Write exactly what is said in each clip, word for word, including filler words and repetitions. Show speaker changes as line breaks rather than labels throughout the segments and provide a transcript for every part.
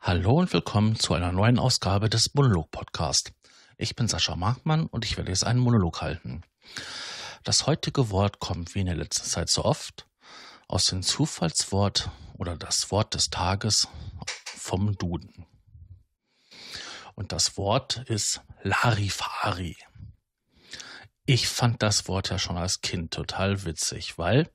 Hallo und willkommen zu einer neuen Ausgabe des Monolog-Podcast. Ich bin Sascha Markmann und ich werde jetzt einen Monolog halten. Das heutige Wort kommt wie in der letzten Zeit so oft aus dem Zufallswort oder das Wort des Tages vom Duden. Und das Wort ist Larifari. Ich fand das Wort ja schon als Kind total witzig, weil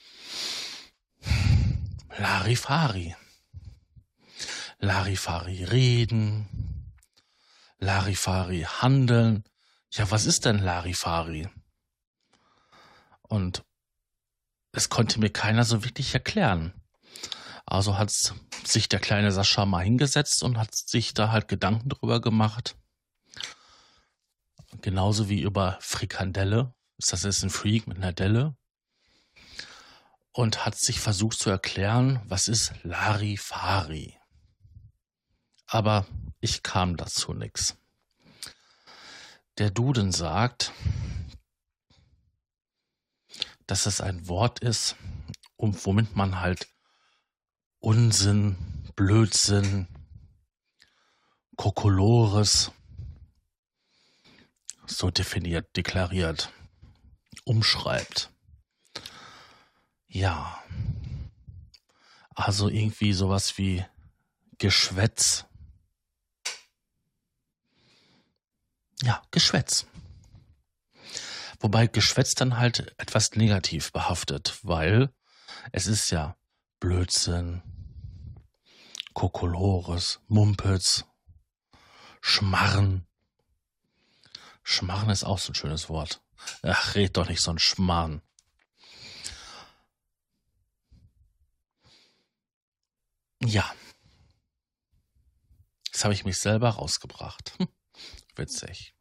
Larifari. Larifari reden, Larifari handeln. Ja, was ist denn Larifari? Und es konnte mir keiner so wirklich erklären. Also hat sich der kleine Sascha mal hingesetzt und hat sich da halt Gedanken drüber gemacht. Genauso wie über Frikandelle. Das ist ein Freak mit einer Delle. Und hat sich versucht zu erklären, was ist Larifari? Aber ich kam dazu nix. Der Duden sagt, dass es ein Wort ist, um, womit man halt Unsinn, Blödsinn, Kokolores so definiert, deklariert, umschreibt. Ja, also irgendwie sowas wie Geschwätz. Ja, Geschwätz. Wobei Geschwätz dann halt etwas negativ behaftet, weil es ist ja Blödsinn, Kokolores, Mumpitz, Schmarren. Schmarren ist auch so ein schönes Wort. Ach, red doch nicht so ein Schmarren. Ja. Jetzt habe ich mich selber rausgebracht. Hm. Witzig.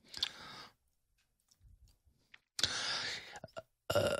Äh.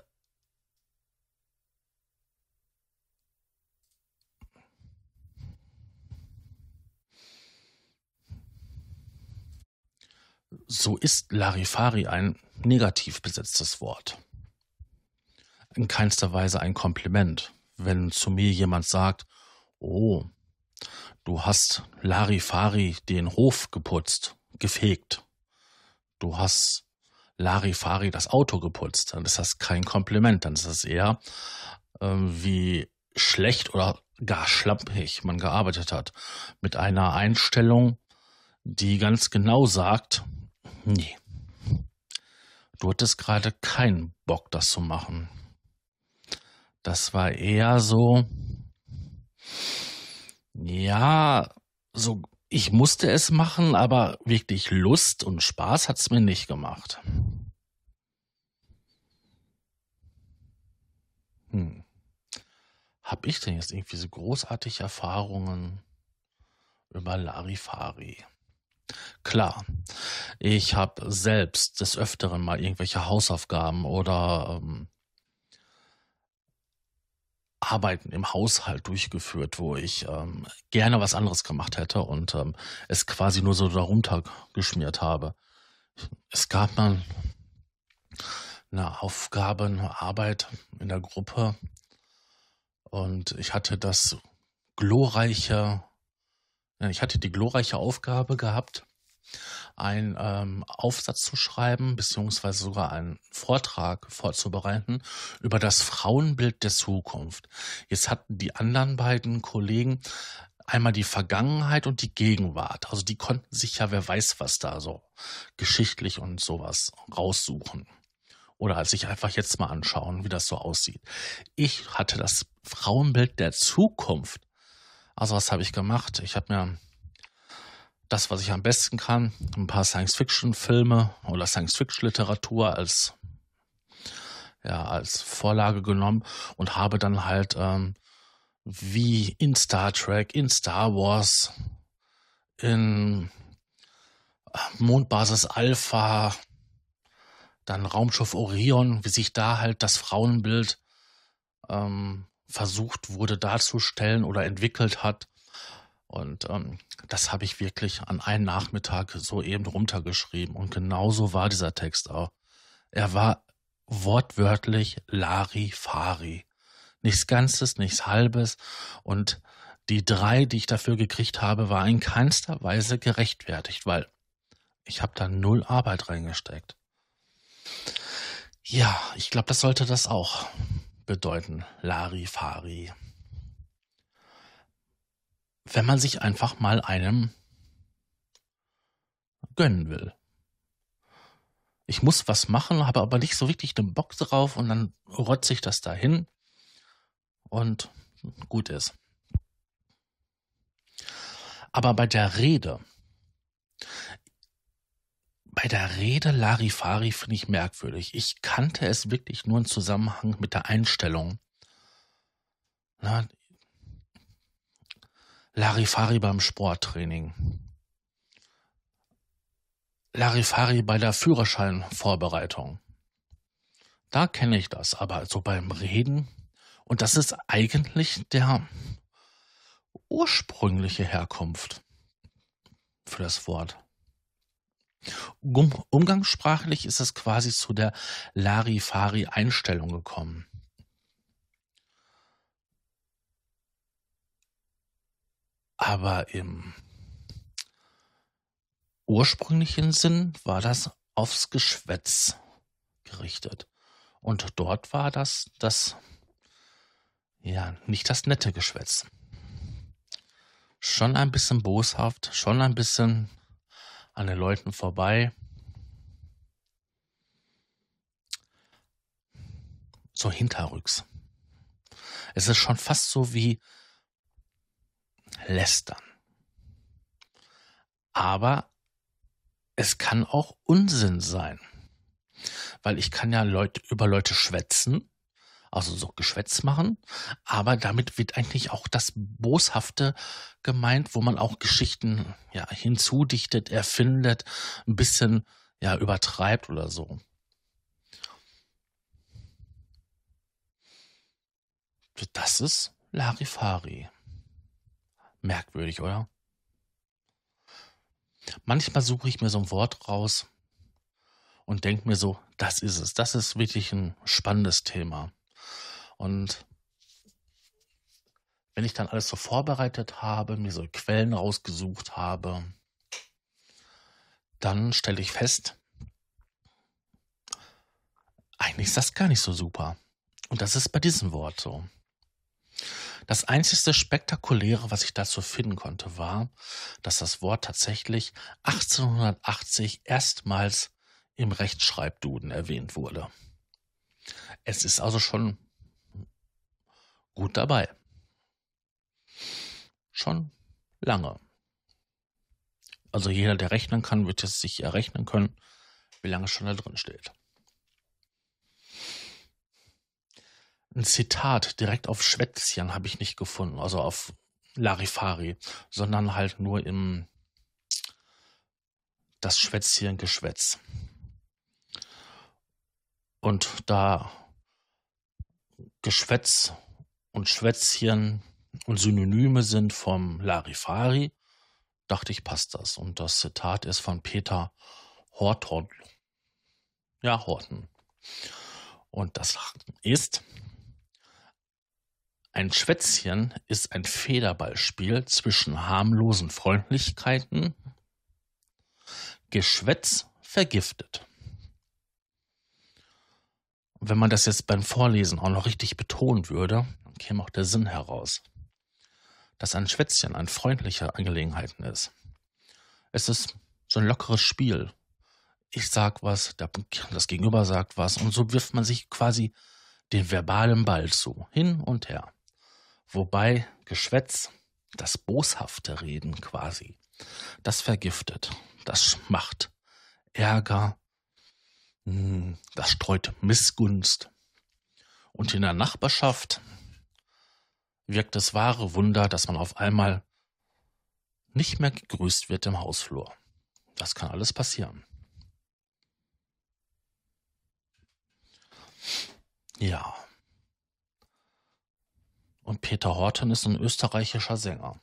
So ist Larifari ein negativ besetztes Wort. In keinster Weise ein Kompliment. Wenn zu mir jemand sagt, oh, du hast Larifari den Hof geputzt, gefegt. Du hast Larifari das Auto geputzt. Dann ist das kein Kompliment. Dann ist das eher ähm, wie schlecht oder gar schlampig man gearbeitet hat. Mit einer Einstellung, die ganz genau sagt, nee, du hattest gerade keinen Bock, das zu machen. Das war eher so, ja, so, ich musste es machen, aber wirklich Lust und Spaß hat's mir nicht gemacht. Hm. Hab ich denn jetzt irgendwie so großartige Erfahrungen über Larifari? Klar, ich habe selbst des Öfteren mal irgendwelche Hausaufgaben oder ähm, Arbeiten im Haushalt durchgeführt, wo ich ähm, gerne was anderes gemacht hätte und ähm, es quasi nur so darunter geschmiert habe. Es gab mal eine Aufgabe, eine Arbeit in der Gruppe und ich hatte das glorreiche, ja, ich hatte die glorreiche Aufgabe gehabt, einen ähm, Aufsatz zu schreiben, beziehungsweise sogar einen Vortrag vorzubereiten über das Frauenbild der Zukunft. Jetzt hatten die anderen beiden Kollegen einmal die Vergangenheit und die Gegenwart. Also die konnten sich ja, wer weiß was da so geschichtlich und sowas raussuchen. Oder halt sich einfach jetzt mal anschauen, wie das so aussieht. Ich hatte das Frauenbild der Zukunft. Also was habe ich gemacht? Ich habe mir das, was ich am besten kann, ein paar Science-Fiction-Filme oder Science-Fiction-Literatur als, ja, als Vorlage genommen und habe dann halt ähm, wie in Star Trek, in Star Wars, in Mondbasis Alpha, dann Raumschiff Orion, wie sich da halt das Frauenbild ähm, versucht wurde darzustellen oder entwickelt hat. Und ähm, das habe ich wirklich an einem Nachmittag so eben runtergeschrieben. Und genauso war dieser Text auch. Er war wortwörtlich Larifari. Nichts Ganzes, nichts Halbes. Und Die drei, die ich dafür gekriegt habe, war in keinster Weise gerechtfertigt, weil ich habe da null Arbeit reingesteckt. Ja, ich glaube, das sollte das auch bedeuten, Larifari. Wenn man sich einfach mal einem gönnen will. Ich muss was machen, habe aber nicht so wirklich den Bock drauf und dann rotze ich das dahin und gut ist. Aber bei der Rede, bei der Rede Larifari finde ich merkwürdig. Ich kannte es wirklich nur im Zusammenhang mit der Einstellung. Na, Larifari beim Sporttraining. Larifari bei der Führerscheinvorbereitung. Da kenne ich das, aber so beim Reden, und das ist eigentlich der ursprüngliche Herkunft für das Wort. Um, umgangssprachlich ist es quasi zu der Larifari-Einstellung gekommen. Aber im ursprünglichen Sinn war das aufs Geschwätz gerichtet. Und dort war das das, ja, nicht das nette Geschwätz. Schon ein bisschen boshaft, schon ein bisschen an den Leuten vorbei. So hinterrücks. Es ist schon fast so wie Lästern. Aber es kann auch Unsinn sein. Weil ich kann ja Leute, über Leute schwätzen, also so Geschwätz machen, aber damit wird eigentlich auch das Boshafte gemeint, wo man auch Geschichten ja hinzudichtet, erfindet, ein bisschen ja übertreibt oder so. Das ist Larifari. Merkwürdig, oder? Manchmal suche ich mir so ein Wort raus und denke mir so, das ist es. Das ist wirklich ein spannendes Thema. Und wenn ich dann alles so vorbereitet habe, mir so Quellen rausgesucht habe, dann stelle ich fest, eigentlich ist das gar nicht so super. Und das ist bei diesem Wort so. Das einzigste Spektakuläre, was ich dazu finden konnte, war, dass das Wort tatsächlich achtzehnhundertachtzig erstmals im Rechtschreibduden erwähnt wurde. Es ist also schon gut dabei. Schon lange. Also jeder, der rechnen kann, wird jetzt sich errechnen können, wie lange es schon da drin steht. Ein Zitat direkt auf Schwätzchen habe ich nicht gefunden, also auf Larifari, sondern halt nur im das Schwätzchen Geschwätz. Und da Geschwätz und Schwätzchen und Synonyme sind vom Larifari, dachte ich, passt das. Und das Zitat ist von Peter Horton. Ja, Horton. Und das ist: Ein Schwätzchen ist ein Federballspiel zwischen harmlosen Freundlichkeiten. Geschwätz vergiftet. Und wenn man das jetzt beim Vorlesen auch noch richtig betonen würde, dann käme auch der Sinn heraus, dass ein Schwätzchen eine freundliche Angelegenheit ist. Es ist so ein lockeres Spiel. Ich sag was, das Gegenüber sagt was und so wirft man sich quasi den verbalen Ball zu, hin und her. Wobei Geschwätz, das boshafte Reden quasi, das vergiftet, das macht Ärger, das streut Missgunst. Und in der Nachbarschaft wirkt das wahre Wunder, dass man auf einmal nicht mehr gegrüßt wird im Hausflur. Das kann alles passieren. Ja. Und Peter Horton ist ein österreichischer Sänger.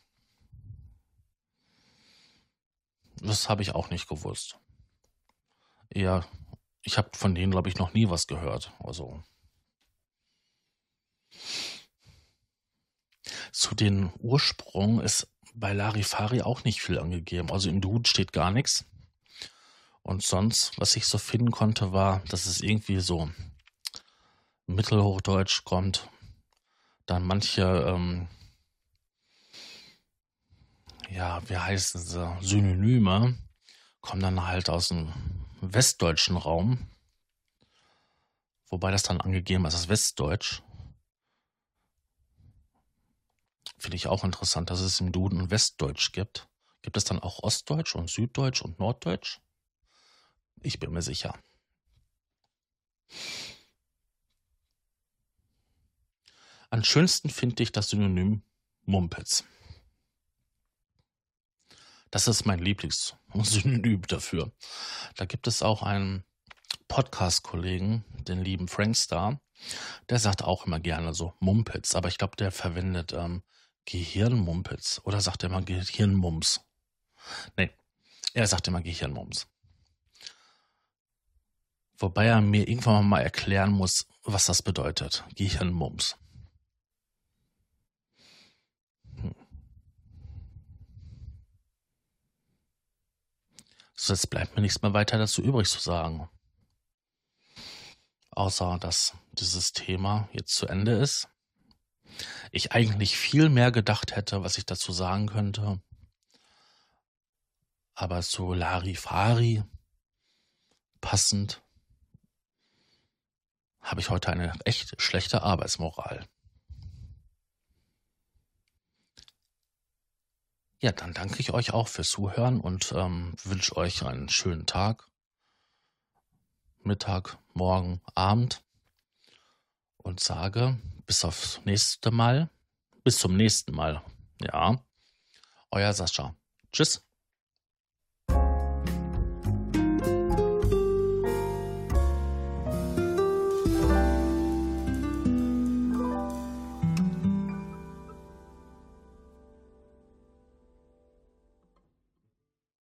Das habe ich auch nicht gewusst. Ja, ich habe von denen, glaube ich, noch nie was gehört. Also Zu den Ursprung ist bei Larifari auch nicht viel angegeben. Also im Duden steht gar nichts. Und sonst, was ich so finden konnte, war, dass es irgendwie so Mittelhochdeutsch kommt. Dann manche, ähm, ja, wie heißen sie, Synonyme kommen dann halt aus dem westdeutschen Raum. Wobei das dann angegeben ist als Westdeutsch. Finde ich auch interessant, dass es im Duden Westdeutsch gibt. Gibt es dann auch Ostdeutsch und Süddeutsch und Norddeutsch? Ich bin mir sicher. Am schönsten finde ich das Synonym Mumpitz. Das ist mein Lieblingssynonym dafür. Da gibt es auch einen Podcast-Kollegen, den lieben Frankstar, der sagt auch immer gerne so Mumpitz, aber ich glaube, der verwendet ähm, Gehirnmumpitz oder sagt er immer Gehirnmums? Nee, er sagt immer Gehirnmums. Wobei er mir irgendwann mal erklären muss, was das bedeutet. Gehirnmums. Hm. So, jetzt bleibt mir nichts mehr weiter dazu übrig zu sagen. Außer, dass dieses Thema jetzt zu Ende ist. Ich eigentlich viel mehr gedacht hätte, was ich dazu sagen könnte. Aber zu Larifari passend habe ich heute eine echt schlechte Arbeitsmoral. Ja, dann danke ich euch auch fürs Zuhören und ähm, wünsche euch einen schönen Tag, Mittag, Morgen, Abend und sage bis aufs nächste Mal, bis zum nächsten Mal. Ja, euer Sascha. Tschüss.